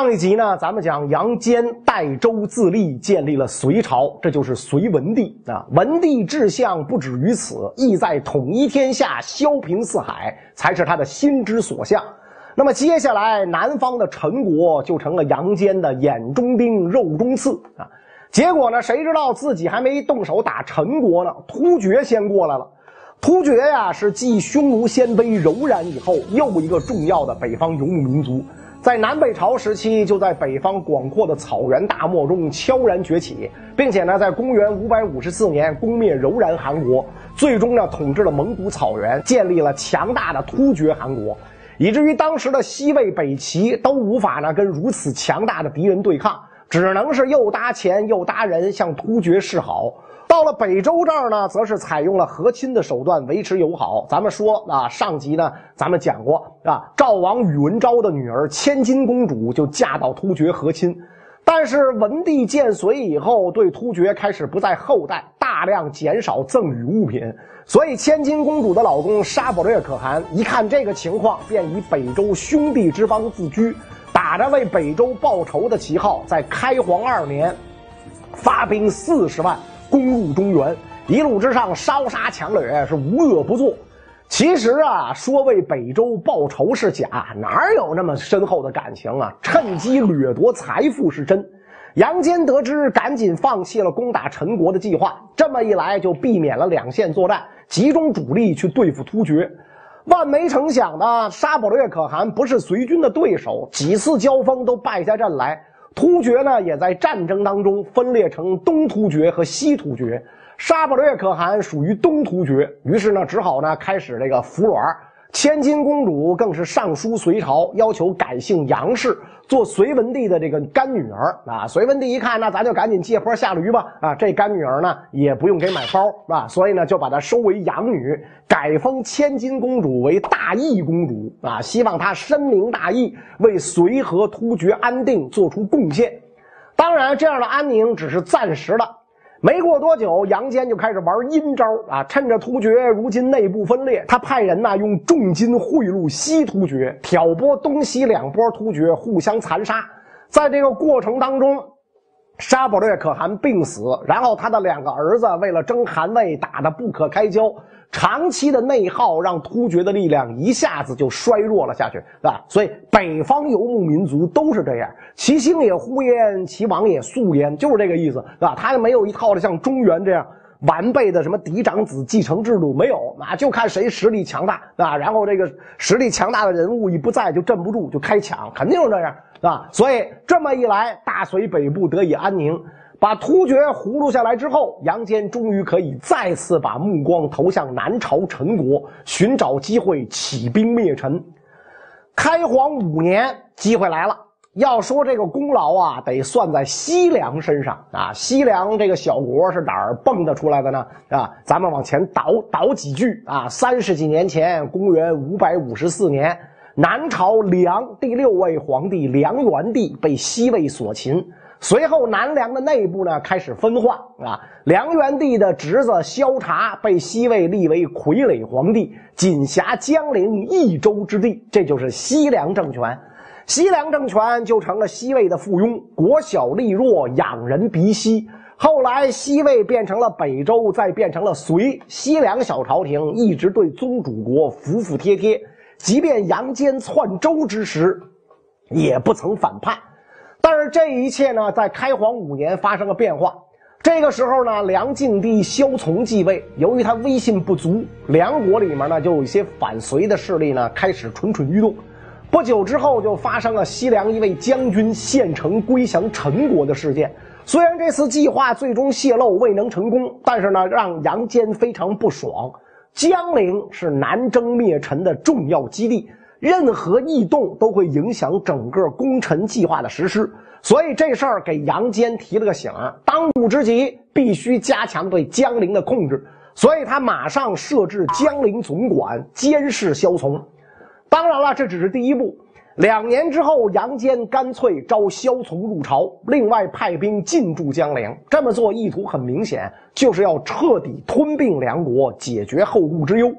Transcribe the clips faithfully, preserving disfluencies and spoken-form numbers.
上一集呢，咱们讲杨坚代周自立，建立了隋朝，这就是隋文帝啊。文帝志向不止于此，意在统一天下，削平四海，才是他的心之所向。那么接下来，南方的陈国就成了杨坚的眼中钉、肉中刺啊。结果呢，谁知道自己还没动手打陈国呢，突厥先过来了。突厥呀，是继匈奴、鲜卑、柔然以后又一个重要的北方游牧民族。在南北朝时期，就在北方广阔的草原大漠中悄然崛起，并且呢，在公元五百五十四年攻灭柔然汗国，最终呢，统治了蒙古草原，建立了强大的突厥汗国，以至于当时的西魏、北齐都无法呢跟如此强大的敌人对抗，只能是又搭钱又搭人向突厥示好。到了北周这儿呢，则是采用了和亲的手段维持友好。咱们说啊，上集呢咱们讲过啊，赵王宇文昭的女儿千金公主就嫁到突厥和亲。但是文帝建隋以后，对突厥开始不再厚待，大量减少赠与物品。所以千金公主的老公沙伯略可汗一看这个情况，便以北周兄弟之邦自居，打着为北周报仇的旗号，在开皇二年发兵四十万攻入中原，一路之上烧杀抢掠，是无恶不作。其实啊，说为北周报仇是假，哪有那么深厚的感情啊？趁机掠夺财富是真。杨坚得知，赶紧放弃了攻打陈国的计划，这么一来就避免了两线作战，集中主力去对付突厥。万没成想的，沙伯略可汗不是隋军的对手，几次交锋都败下阵来。突厥呢，也在战争当中分裂成东突厥和西突厥。沙伯略可汗属于东突厥，于是呢，只好呢开始这个服软。千金公主更是上书隋朝，要求改姓杨氏，做隋文帝的这个干女儿啊。隋文帝一看，那咱就赶紧借坡下驴吧啊！这干女儿呢，也不用给买包啊，所以呢，就把她收为养女，改封千金公主为大义公主啊，希望她深明大义，为隋和突厥安定做出贡献。当然，这样的安宁只是暂时的。没过多久，杨坚就开始玩阴招啊！趁着突厥如今内部分裂，他派人呢用重金贿赂西突厥，挑拨东西两波突厥互相残杀。在这个过程当中，沙伯略可汗病死，然后他的两个儿子为了争汗位打得不可开交，长期的内耗让突厥的力量一下子就衰弱了下去，是吧？所以北方游牧民族都是这样，其兴也呼焉，其亡也肃焉，就是这个意思，是吧？他没有一套的像中原这样完备的什么嫡长子继承制度，没有啊，就看谁实力强大啊，然后这个实力强大的人物一不在就镇不住，就开抢，肯定是这样啊。所以这么一来，大隋北部得以安宁。把突厥葫芦下来之后，杨坚终于可以再次把目光投向南朝陈国，寻找机会起兵灭陈。开皇五年，机会来了。要说这个功劳啊，得算在西凉身上啊。西凉这个小国是哪儿蹦得出来的呢？啊，咱们往前倒倒几句啊，三十几年前，公元五百五十四年，南朝梁第六位皇帝梁元帝被西魏所擒。随后南梁的内部呢开始分化啊，梁元帝的侄子萧察被西魏立为傀儡皇帝，仅辖江陵一州之地，这就是西凉政权。西凉政权就成了西魏的附庸，国小力弱，仰人鼻息。后来西魏变成了北周，再变成了隋，西凉小朝廷一直对宗主国服服帖帖，即便杨坚篡周之时也不曾反叛。但是这一切呢，在开皇五年发生了变化。这个时候呢，梁敬帝萧从继位，由于他威信不足，梁国里面呢就有一些反隋的势力呢开始蠢蠢欲动。不久之后，就发生了西凉一位将军献城归降陈国的事件。虽然这次计划最终泄露未能成功，但是呢，让杨坚非常不爽。江陵是南征灭陈的重要基地，任何异动都会影响整个攻陈计划的实施，所以这事儿给杨坚提了个醒，当务之急必须加强对江陵的控制，所以他马上设置江陵总管，监视萧从。当然了，这只是第一步。两年之后，杨坚干脆招萧从入朝，另外派兵进驻江陵。这么做意图很明显，就是要彻底吞并梁国，解决后顾之忧。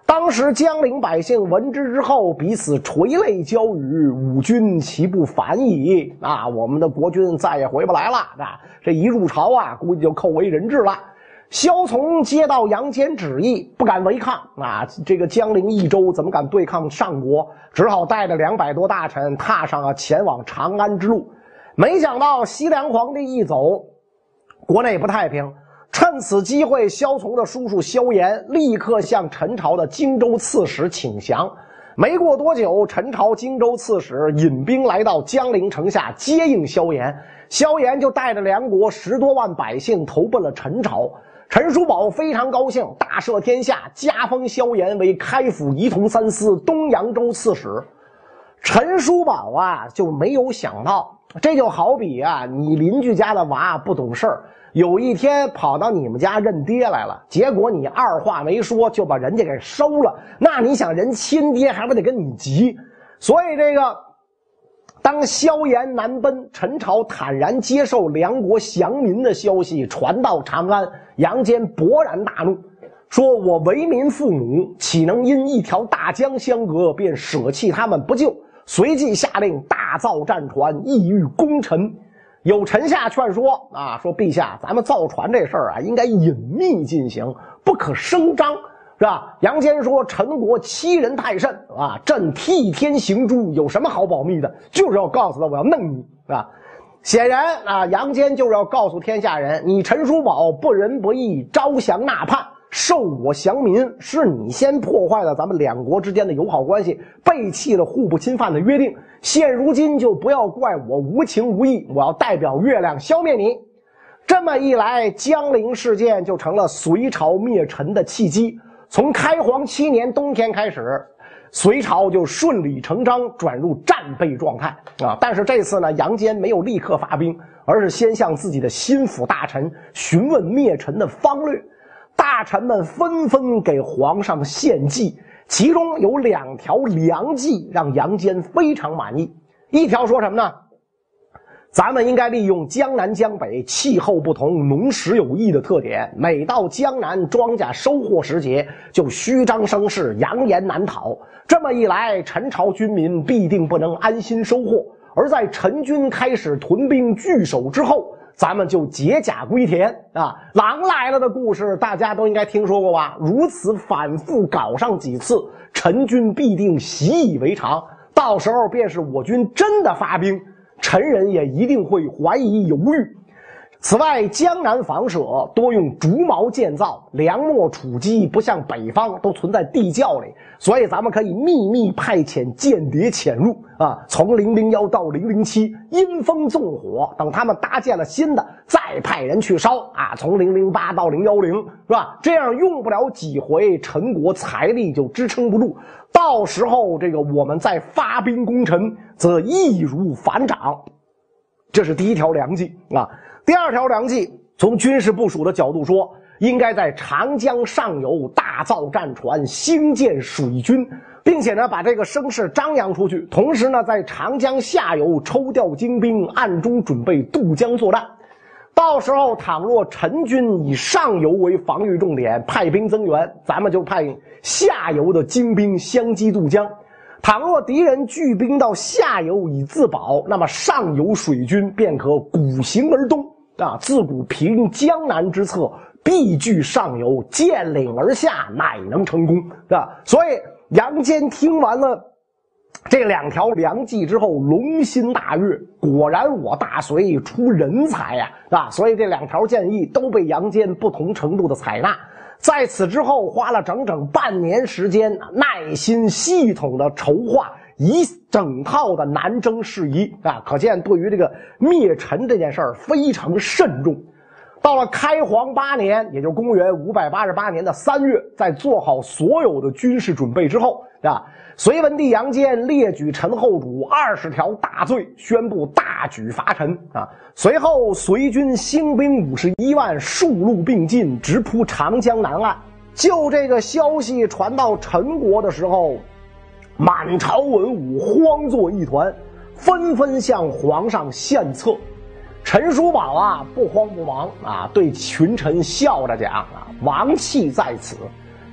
当时江陵百姓闻之之后，彼此垂泪交语：“吾军其不反矣！啊，我们的国君再也回不来了。啊，这一入朝啊，估计就扣为人质了。”萧从接到杨坚旨意，不敢违抗啊！这个江陵益州怎么敢对抗上国？只好带着两百多大臣踏上了前往长安之路。没想到西凉皇帝一走，国内不太平。趁此机会，萧从的叔叔萧衍立刻向陈朝的荆州刺史请降。没过多久，陈朝荆州刺史引兵来到江陵城下接应萧衍，萧衍就带着梁国十多万百姓投奔了陈朝。陈叔宝非常高兴，大赦天下，加封萧衍为开府仪同三司、东扬州刺史。陈叔宝啊，就没有想到，这就好比啊，你邻居家的娃不懂事儿，有一天跑到你们家认爹来了，结果你二话没说就把人家给收了，那你想人亲爹还不得跟你急？所以这个当萧衍南奔，陈朝坦然接受梁国降民的消息传到长安，杨坚勃然大怒，说我为民父母，岂能因一条大江相隔便舍弃他们不救？随即下令大造战船，意欲攻陈。有臣下劝说啊，说陛下，咱们造船这事儿啊，应该隐秘进行，不可声张，是吧？杨坚说，陈国欺人太甚啊，朕替天行诛，有什么好保密的？就是要告诉他我要弄你啊！显然啊，杨坚就是要告诉天下人，你陈叔宝不仁不义，招降纳叛，受我降民，是你先破坏了咱们两国之间的友好关系，背弃了互不侵犯的约定。现如今就不要怪我无情无义，我要代表月亮消灭你。这么一来，江陵事件就成了隋朝灭陈的契机。从开皇七年冬天开始，隋朝就顺理成章转入战备状态啊。但是这次呢，杨坚没有立刻发兵，而是先向自己的心腹大臣询问灭陈的方略。大臣们纷纷给皇上献计，其中有两条良计让杨坚非常满意。一条说什么呢？咱们应该利用江南江北气候不同、农时有异的特点，每到江南庄稼收获时节，就虚张声势、扬言难讨。这么一来，陈朝军民必定不能安心收获。而在陈军开始屯兵据守之后，咱们就解甲归田啊！狼来了的故事大家都应该听说过吧？如此反复搞上几次，陈军必定习以为常。到时候便是我军真的发兵，陈人也一定会怀疑犹豫。此外，江南房舍多用竹茅建造，粮秣储积不像北方都存在地窖里，所以咱们可以秘密派遣间谍潜入啊，从零零一到零零七阴风纵火，等他们搭建了新的，再派人去烧啊，从零零八到零一零，是吧？这样用不了几回，陈国财力就支撑不住，到时候这个我们再发兵攻陈，则易如反掌。这是第一条良计啊。第二条良计，从军事部署的角度说，应该在长江上游大造战船，兴建水军，并且呢把这个声势张扬出去，同时呢在长江下游抽调精兵，暗中准备渡江作战。到时候倘若陈军以上游为防御重点，派兵增援，咱们就派下游的精兵相击渡江。倘若敌人聚兵到下游以自保，那么上游水军便可鼓行而东啊！自古平江南之策，必据上游，见岭而下，乃能成功，是吧？所以杨坚听完了这两条良计之后，龙心大悦，果然我大隋出人才呀，啊！所以这两条建议都被杨坚不同程度的采纳。在此之后，花了整整半年时间，耐心系统的筹划一整套的南征事宜啊，可见对于这个灭陈这件事儿非常慎重。到了开皇八年，也就是公元五百八十八年的三月，在做好所有的军事准备之后啊，隋文帝杨坚列举陈后主二十条大罪，宣布大举伐陈啊。随后，隋军兴兵五十一万，数路并进，直扑长江南岸。就这个消息传到陈国的时候，满朝文武慌作一团，纷纷向皇上献策。陈叔宝啊，不慌不忙啊，对群臣笑着讲啊：“王气在此，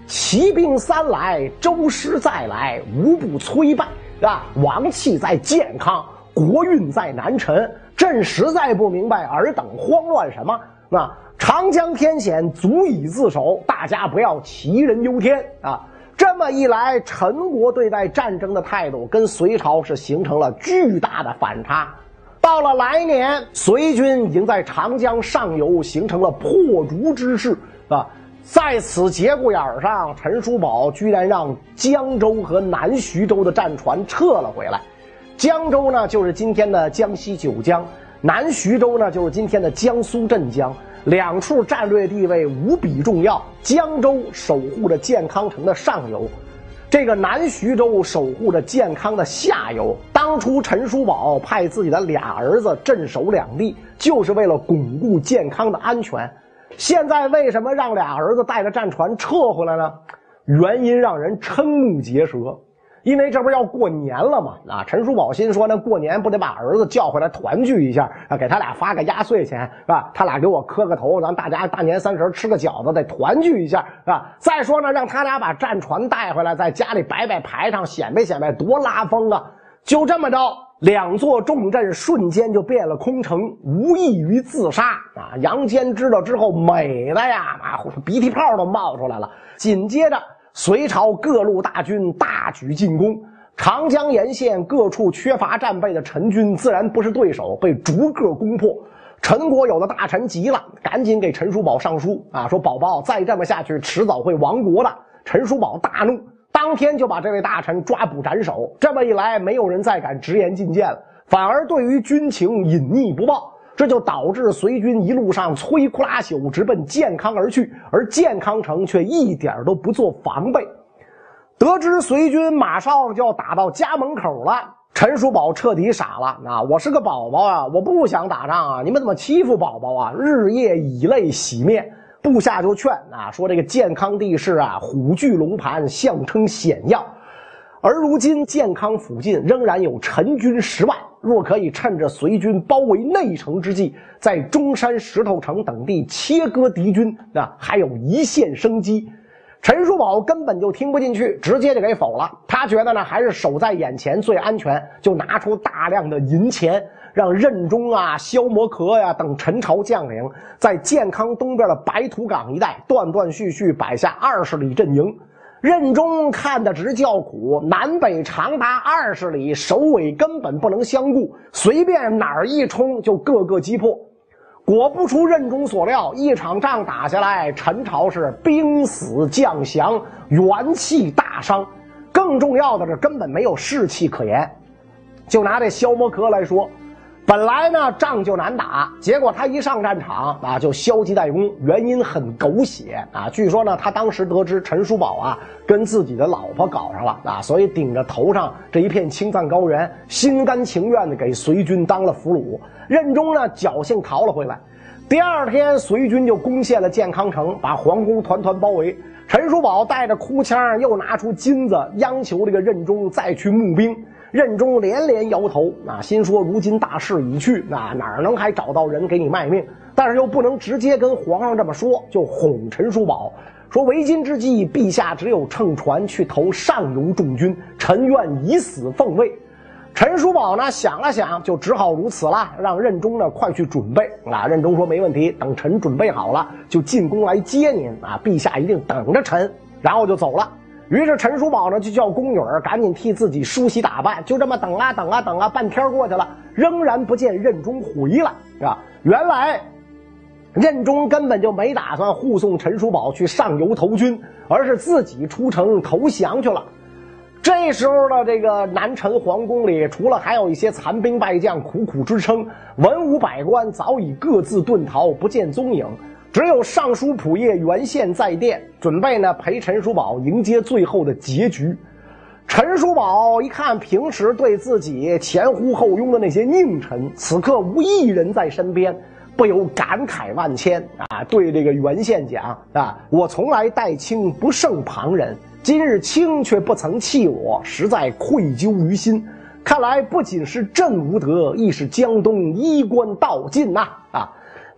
骑兵三来，周师再来，无不摧败啊！王气在健康，国运在南陈。朕实在不明白尔等慌乱什么啊！长江天险，足以自守，大家不要杞人忧天啊！这么一来，陈国对待战争的态度跟隋朝是形成了巨大的反差。到了来年，隋军已经在长江上游形成了破竹之势啊！在此节骨眼上，陈叔宝居然让江州和南徐州的战船撤了回来。江州呢，就是今天的江西九江；南徐州呢，就是今天的江苏镇江。两处战略地位无比重要。江州守护着建康城的上游，这个南徐州守护着建康的下游。当初陈叔宝派自己的俩儿子镇守两地，就是为了巩固建康的安全。现在为什么让俩儿子带着战船撤回来呢？原因让人瞠目结舌。因为这不是要过年了吗？啊，陈叔宝心说呢，过年不得把儿子叫回来团聚一下啊，给他俩发个压岁钱是吧？他俩给我磕个头，咱大家大年三十吃个饺子，得团聚一下是吧？再说呢，让他俩把战船带回来，在家里摆摆排场，显摆显摆，多拉风啊！就这么着，两座重镇瞬间就变了空城，无异于自杀啊！杨坚知道之后，美的呀，啊，鼻涕泡都冒出来了。紧接着，隋朝各路大军大举进攻，长江沿线各处缺乏战备的陈军自然不是对手，被逐个攻破。陈国有的大臣急了，赶紧给陈叔宝上书啊，说宝宝再这么下去，迟早会亡国的。陈叔宝大怒，当天就把这位大臣抓捕斩首。这么一来，没有人再敢直言进谏了，反而对于军情隐匿不报。这就导致隋军一路上摧枯拉朽，直奔建康而去，而建康城却一点都不做防备。得知隋军马上就要打到家门口了，陈叔宝彻底傻了啊！我是个宝宝啊，我不想打仗啊，你们怎么欺负宝宝啊？日夜以泪洗面。部下就劝啊，说这个建康地势啊，虎踞龙盘，象称险要。而如今建康附近仍然有陈军十万，若可以趁着隋军包围内城之际，在中山、石头城等地切割敌军，那还有一线生机。陈叔宝根本就听不进去，直接就给否了。他觉得呢，还是守在眼前最安全，就拿出大量的银钱，让任忠啊、萧摩壳呀等陈朝将领在建康东边的白土岗一带断断续续摆下二十里阵营。任忠看得直叫苦，南北长达二十里，首尾根本不能相顾，随便哪儿一冲就各个击破。果不出任忠所料，一场仗打下来，陈朝是兵死将降，元气大伤。更重要的是，根本没有士气可言。就拿这萧摩壳来说，本来呢仗就难打，结果他一上战场啊就消极怠工，原因很狗血啊。据说呢，他当时得知陈叔宝啊跟自己的老婆搞上了啊，所以顶着头上这一片青藏高原，心甘情愿的给隋军当了俘虏。任忠呢侥幸逃了回来。第二天，隋军就攻陷了建康城，把皇宫团团包围。陈叔宝带着哭腔，又拿出金子央求这个任忠再去募兵。任忠连连摇头啊，心说如今大势已去啊，哪能还找到人给你卖命？但是又不能直接跟皇上这么说，就哄陈叔宝说：为今之计，陛下只有乘船去投上游重军，臣愿以死奉位。陈叔宝呢想了想，就只好如此了，让任忠呢快去准备啊。任忠说没问题，等臣准备好了就进宫来接您啊，陛下一定等着臣，然后就走了。于是陈叔宝呢就叫宫女儿赶紧替自己梳洗打扮，就这么等啊等啊等啊，半天过去了，仍然不见任忠回来啊。原来任忠根本就没打算护送陈叔宝去上游投军，而是自己出城投降去了。这时候的这个南陈皇宫里，除了还有一些残兵败将苦苦支撑，文武百官早已各自遁逃，不见踪影。只有尚书仆射袁宪在殿，准备呢陪陈叔宝迎接最后的结局。陈叔宝一看平时对自己前呼后拥的那些佞臣，此刻无一人在身边，不由感慨万千啊！对这个袁宪讲啊，我从来待卿不胜旁人，今日卿却不曾弃我，实在愧疚于心。看来不仅是朕无德，亦是江东衣冠道尽呐！啊！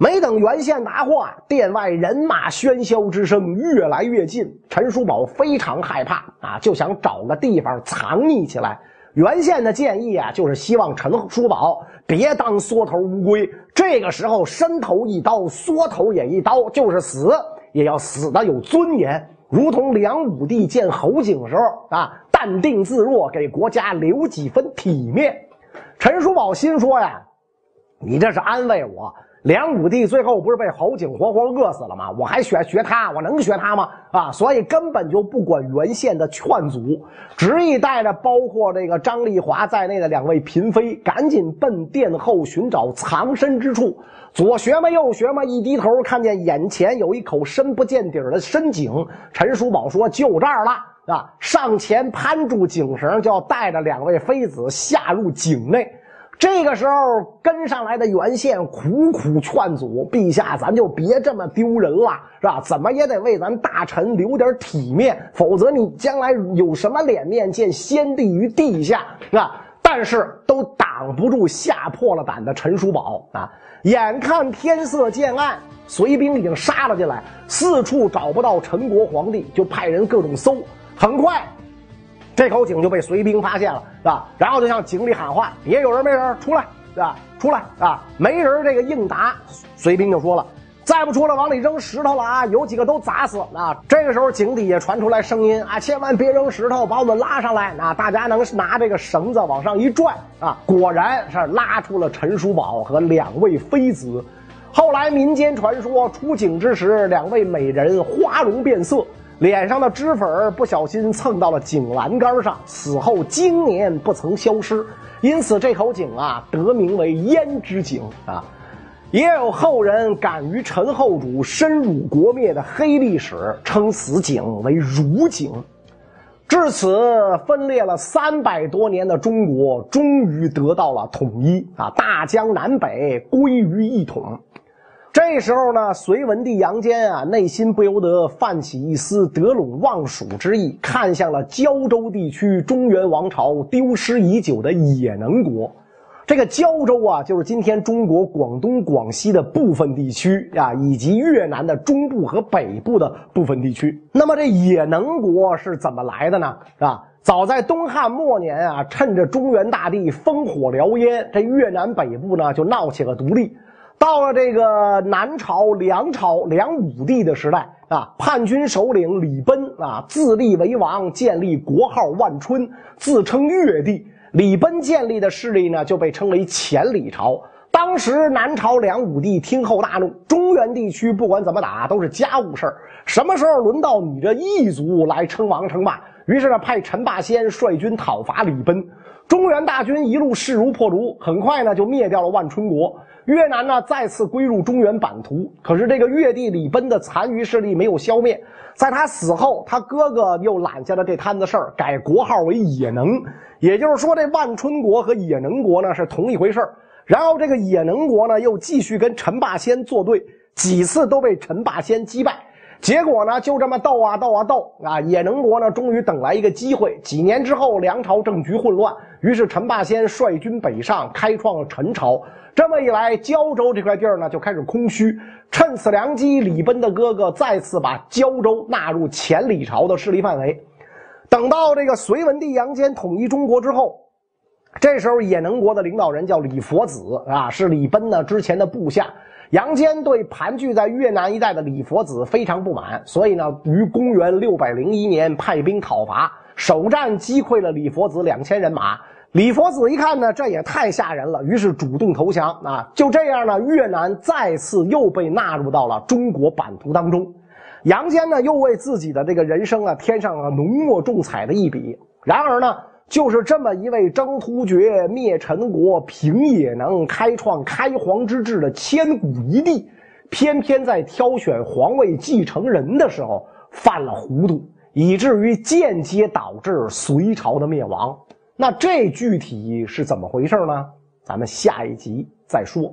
没等原县答话，殿外人马喧嚣之声越来越近，陈叔宝非常害怕啊，就想找个地方藏匿起来。原县的建议啊，就是希望陈叔宝别当缩头乌龟，这个时候伸头一刀，缩头也一刀，就是死也要死得有尊严，如同梁武帝见侯景时候啊，淡定自若，给国家留几分体面。陈叔宝心说呀，你这是安慰我，梁武帝最后不是被侯景活活饿死了吗？我还学学他，我能学他吗？啊，所以根本就不管原县的劝阻，执意带着包括这个张丽华在内的两位嫔妃，赶紧奔殿后寻找藏身之处。左学嘛右学嘛，一低头看见眼前有一口深不见底的深井，陈叔宝说就这儿了啊！上前攀住井绳，就要带着两位妃子下入井内。这个时候跟上来的原县苦苦劝阻，陛下咱就别这么丢人了，是吧？怎么也得为咱大臣留点体面，否则你将来有什么脸面见先帝于地下，是吧？但是都挡不住吓破了胆的陈叔宝啊！眼看天色渐暗，隋兵已经杀了进来，四处找不到陈国皇帝，就派人各种搜。很快这口井就被隋兵发现了，是吧？然后就向井里喊话：“别有人没人出来，是吧？出来啊！”没人这个应答，隋兵就说了：“再不出来，往里扔石头了啊！有几个都砸死啊！”这个时候井底下传出来声音啊：“千万别扔石头，把我们拉上来！”啊，大家能拿这个绳子往上一拽啊，果然是拉出了陈叔宝和两位妃子。后来民间传说，出井之时，两位美人花容变色。脸上的脂粉不小心蹭到了井栏杆上，死后经年不曾消失，因此这口井啊得名为胭脂井啊。也有后人敢于陈后主深辱国灭的黑历史，称此井为辱井。至此，分裂了三百多年的中国终于得到了统一啊，大江南北归于一统。这时候呢，隋文帝杨坚啊，内心不由得泛起一丝得陇望蜀之意，看向了胶州地区中原王朝丢失已久的野能国。这个胶州啊，就是今天中国广东、广西的部分地区啊，以及越南的中部和北部的部分地区。那么这野能国是怎么来的呢？啊，早在东汉末年啊，趁着中原大地烽火燎烟，这越南北部呢就闹起了独立。到了这个南朝梁朝梁武帝的时代啊，叛军首领李奔啊自立为王，建立国号万春，自称越帝。李奔建立的势力呢就被称为前李朝。当时南朝梁武帝听后大怒，中原地区不管怎么打都是家务事儿，什么时候轮到你这异族来称王称霸？于是呢派陈霸先率军讨伐李奔。中原大军一路势如破竹，很快呢就灭掉了万春国。越南呢再次归入中原版图，可是这个越帝李奔的残余势力没有消灭，在他死后，他哥哥又揽下了这摊子事儿，改国号为野能。也就是说，这万春国和野能国呢是同一回事儿。然后这个野能国呢又继续跟陈霸先作对，几次都被陈霸先击败。结果呢就这么斗啊斗啊斗啊，野能国呢终于等来一个机会。几年之后，梁朝政局混乱，于是陈霸先率军北上，开创了陈朝。这么一来，胶州这块地儿呢就开始空虚。趁此良机，李奔的哥哥再次把胶州纳入前李朝的势力范围。等到这个隋文帝杨坚统一中国之后，这时候野能国的领导人叫李佛子啊，是李奔呢之前的部下。杨坚对盘踞在越南一带的李佛子非常不满，所以呢于公元六百零一年派兵讨伐，首战击溃了李佛子两千人马。李佛子一看呢，这也太吓人了，于是主动投降啊！就这样呢，越南再次又被纳入到了中国版图当中。杨坚呢，又为自己的这个人生啊添上了浓墨重彩的一笔。然而呢，就是这么一位征突厥、灭陈国、平野能、开创开皇之治的千古一帝，偏偏在挑选皇位继承人的时候犯了糊涂，以至于间接导致隋朝的灭亡。那这具体是怎么回事呢？咱们下一集再说。